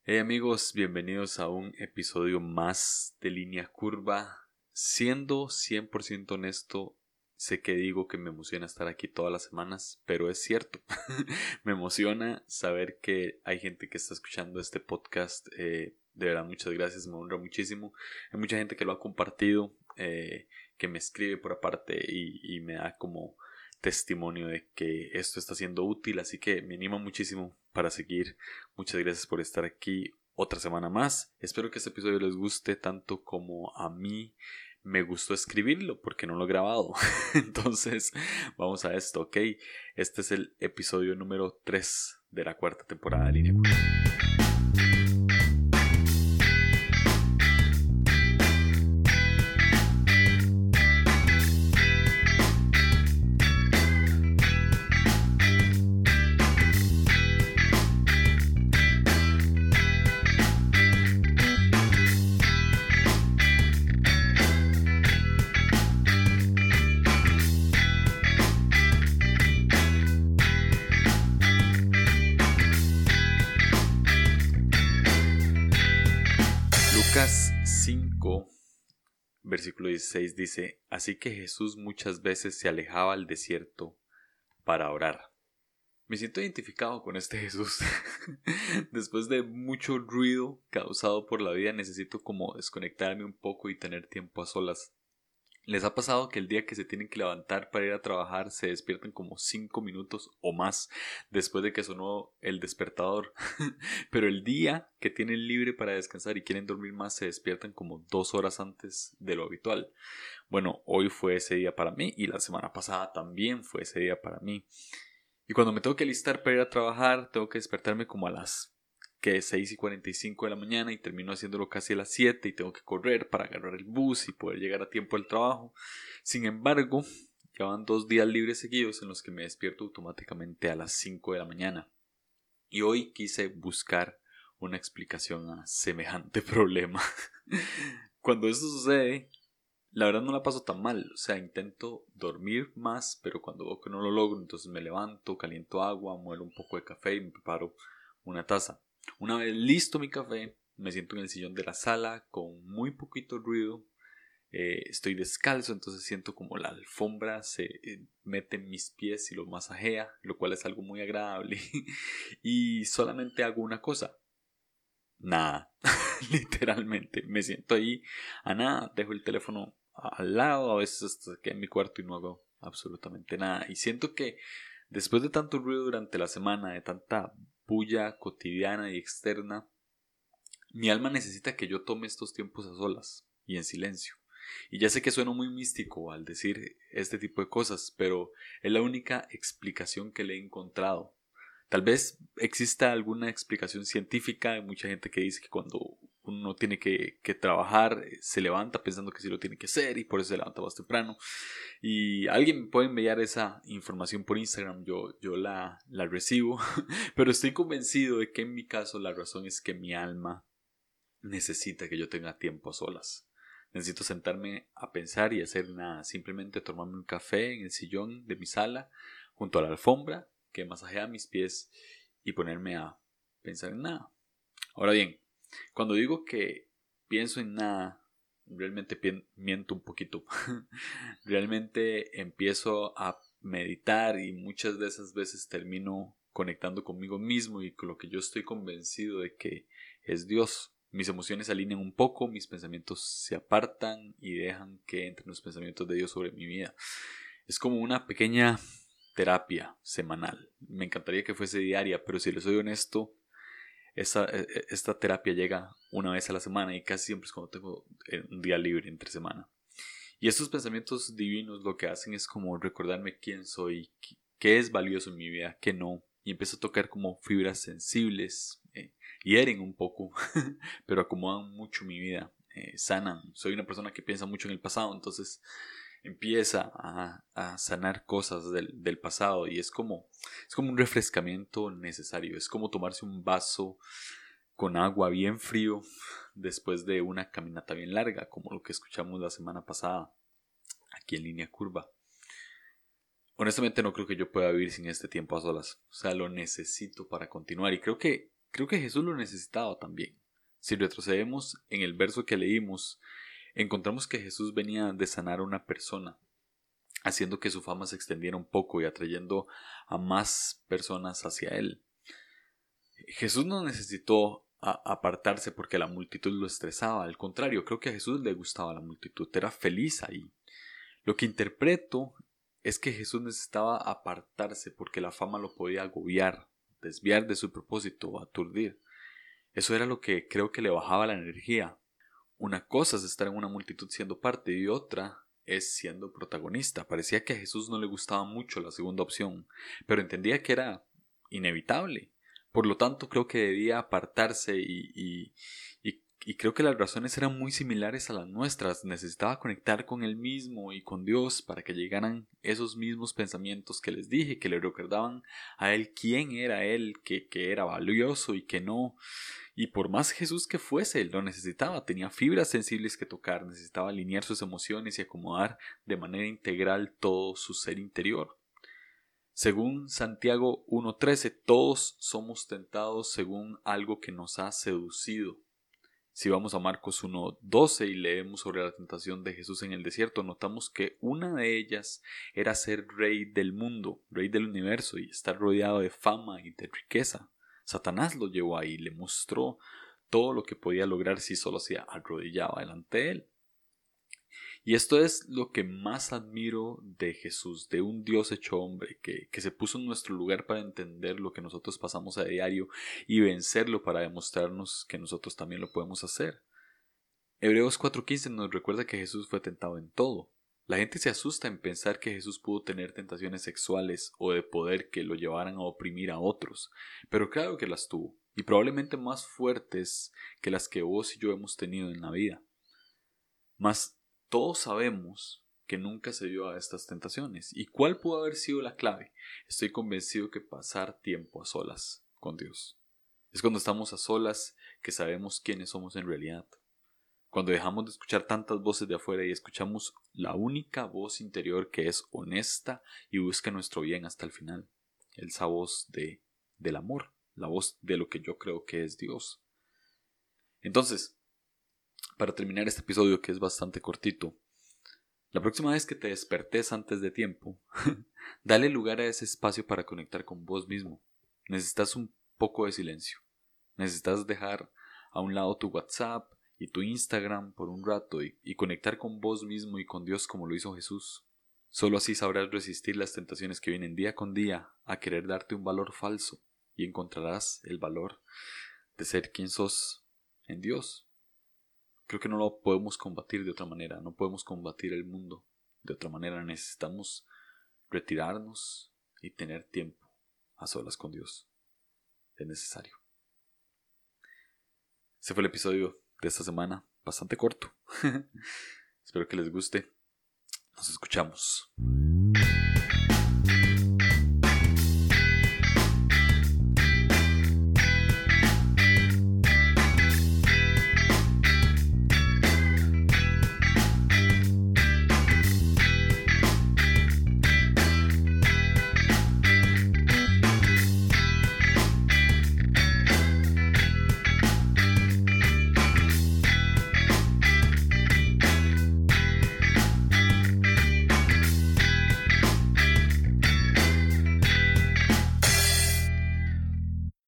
Hey amigos, bienvenidos a un episodio más de Línea Curva. Siendo 100% honesto, sé que digo que me emociona estar aquí todas las semanas, pero es cierto. Me emociona saber que hay gente que está escuchando este podcast. De verdad, muchas gracias, me honra muchísimo. Hay mucha gente que lo ha compartido, que me escribe por aparte y me da como testimonio de que esto está siendo útil, así que me anima muchísimo para seguir. Muchas gracias por estar aquí otra semana más. Espero que este episodio les guste tanto como a mí me gustó escribirlo porque no lo he grabado. Entonces vamos a esto, ¿ok? Este es el episodio número 3 de la cuarta temporada de Línea Curva. Lucas 5, versículo 16 dice: Así que Jesús muchas veces se alejaba al desierto para orar. Me siento identificado con este Jesús. Después de mucho ruido causado por la vida, necesito como desconectarme un poco y tener tiempo a solas. ¿Les ha pasado que el día que se tienen que levantar para ir a trabajar se despiertan como 5 minutos o más después de que sonó el despertador? Pero el día que tienen libre para descansar y quieren dormir más se despiertan como 2 horas antes de lo habitual. Bueno, hoy fue ese día para mí y la semana pasada también fue ese día para mí. Y cuando me tengo que alistar para ir a trabajar, tengo que despertarme como a las 6:45 de la mañana y termino haciéndolo casi a las 7 y tengo que correr para agarrar el bus y poder llegar a tiempo al trabajo. Sin embargo, llevan 2 días libres seguidos en los que me despierto automáticamente a las 5 de la mañana. Y hoy quise buscar una explicación a semejante problema. Cuando esto sucede, la verdad no la paso tan mal, o sea, intento dormir más, pero cuando veo que no lo logro, entonces me levanto, caliento agua, muelo un poco de café y me preparo una taza. Una vez listo mi café, me siento en el sillón de la sala con muy poquito ruido. Estoy descalzo, entonces siento como la alfombra se mete en mis pies y los masajea, lo cual es algo muy agradable. Y solamente hago una cosa: nada. Literalmente me siento ahí a nada, dejo el teléfono al lado, a veces hasta que en mi cuarto y no hago absolutamente nada. Y siento que después de tanto ruido durante la semana, de tanta bulla cotidiana y externa, mi alma necesita que yo tome estos tiempos a solas y en silencio. Y ya sé que sueno muy místico al decir este tipo de cosas, pero es la única explicación que le he encontrado. Tal vez exista alguna explicación científica. Hay mucha gente que dice que cuando uno tiene que trabajar, se levanta pensando que sí lo tiene que hacer y por eso se levanta más temprano. Y alguien me puede enviar esa información por Instagram, yo la recibo. Pero estoy convencido de que en mi caso la razón es que mi alma necesita que yo tenga tiempo a solas. Necesito sentarme a pensar y hacer nada, simplemente tomarme un café en el sillón de mi sala junto a la alfombra que masajea mis pies y ponerme a pensar en nada. Ahora bien, cuando digo que pienso en nada, realmente miento un poquito. Realmente empiezo a meditar y muchas de esas veces termino conectando conmigo mismo y con lo que yo estoy convencido de que es Dios. Mis emociones se alinean un poco, mis pensamientos se apartan y dejan que entren los pensamientos de Dios sobre mi vida. Es como una pequeña terapia semanal. Me encantaría que fuese diaria, pero si les soy honesto, esta terapia llega una vez a la semana y casi siempre es cuando tengo un día libre entre semana. Y estos pensamientos divinos lo que hacen es como recordarme quién soy, qué es valioso en mi vida, qué no. Y empiezo a tocar como fibras sensibles, hieren un poco, pero acomodan mucho mi vida, sanan. Soy una persona que piensa mucho en el pasado, entonces empieza a sanar cosas del pasado y es como un refrescamiento necesario. Es como tomarse un vaso con agua bien frío después de una caminata bien larga, como lo que escuchamos la semana pasada aquí en Línea Curva. Honestamente no creo que yo pueda vivir sin este tiempo a solas. O sea, lo necesito para continuar y creo que creo que Jesús lo necesitaba también. Si retrocedemos en el verso que leímos, encontramos que Jesús venía de sanar a una persona, haciendo que su fama se extendiera un poco y atrayendo a más personas hacia él. Jesús no necesitó apartarse porque la multitud lo estresaba. Al contrario, creo que a Jesús le gustaba la multitud, era feliz ahí. Lo que interpreto es que Jesús necesitaba apartarse porque la fama lo podía agobiar, desviar de su propósito o aturdir. Eso era lo que creo que le bajaba la energía. Una cosa es estar en una multitud siendo parte y otra es siendo protagonista. Parecía que a Jesús no le gustaba mucho la segunda opción, pero entendía que era inevitable. Por lo tanto, creo que debía apartarse y creo que las razones eran muy similares a las nuestras. Necesitaba conectar con él mismo y con Dios para que llegaran esos mismos pensamientos que les dije, que le recordaban a él quién era él, que era valioso y que no. Y por más Jesús que fuese, él lo necesitaba, tenía fibras sensibles que tocar, necesitaba alinear sus emociones y acomodar de manera integral todo su ser interior. Según Santiago 1:13, todos somos tentados según algo que nos ha seducido. Si vamos a Marcos 1:12 y leemos sobre la tentación de Jesús en el desierto, notamos que una de ellas era ser rey del mundo, rey del universo y estar rodeado de fama y de riqueza. Satanás lo llevó ahí, le mostró todo lo que podía lograr si solo se arrodillaba delante de él. Y esto es lo que más admiro de Jesús, de un Dios hecho hombre, que se puso en nuestro lugar para entender lo que nosotros pasamos a diario y vencerlo para demostrarnos que nosotros también lo podemos hacer. Hebreos 4:15 nos recuerda que Jesús fue tentado en todo. La gente se asusta en pensar que Jesús pudo tener tentaciones sexuales o de poder que lo llevaran a oprimir a otros, pero claro que las tuvo, y probablemente más fuertes que las que vos y yo hemos tenido en la vida. Mas todos sabemos que nunca se dio a estas tentaciones. ¿Y cuál pudo haber sido la clave? Estoy convencido que pasar tiempo a solas con Dios. Es cuando estamos a solas que sabemos quiénes somos en realidad. Cuando dejamos de escuchar tantas voces de afuera y escuchamos la única voz interior que es honesta y busca nuestro bien hasta el final. Esa voz del amor, la voz de lo que yo creo que es Dios. Entonces, para terminar este episodio que es bastante cortito, la próxima vez que te despertes antes de tiempo, dale lugar a ese espacio para conectar con vos mismo. Necesitas un poco de silencio. Necesitas dejar a un lado tu WhatsApp y tu Instagram por un rato y conectar con vos mismo y con Dios como lo hizo Jesús. Solo así sabrás resistir las tentaciones que vienen día con día a querer darte un valor falso y encontrarás el valor de ser quien sos en Dios. Creo que no lo podemos combatir de otra manera, no podemos combatir el mundo de otra manera. Necesitamos retirarnos y tener tiempo a solas con Dios. Es necesario. Ese fue el episodio de esta semana, bastante corto. Espero que les guste. Nos escuchamos.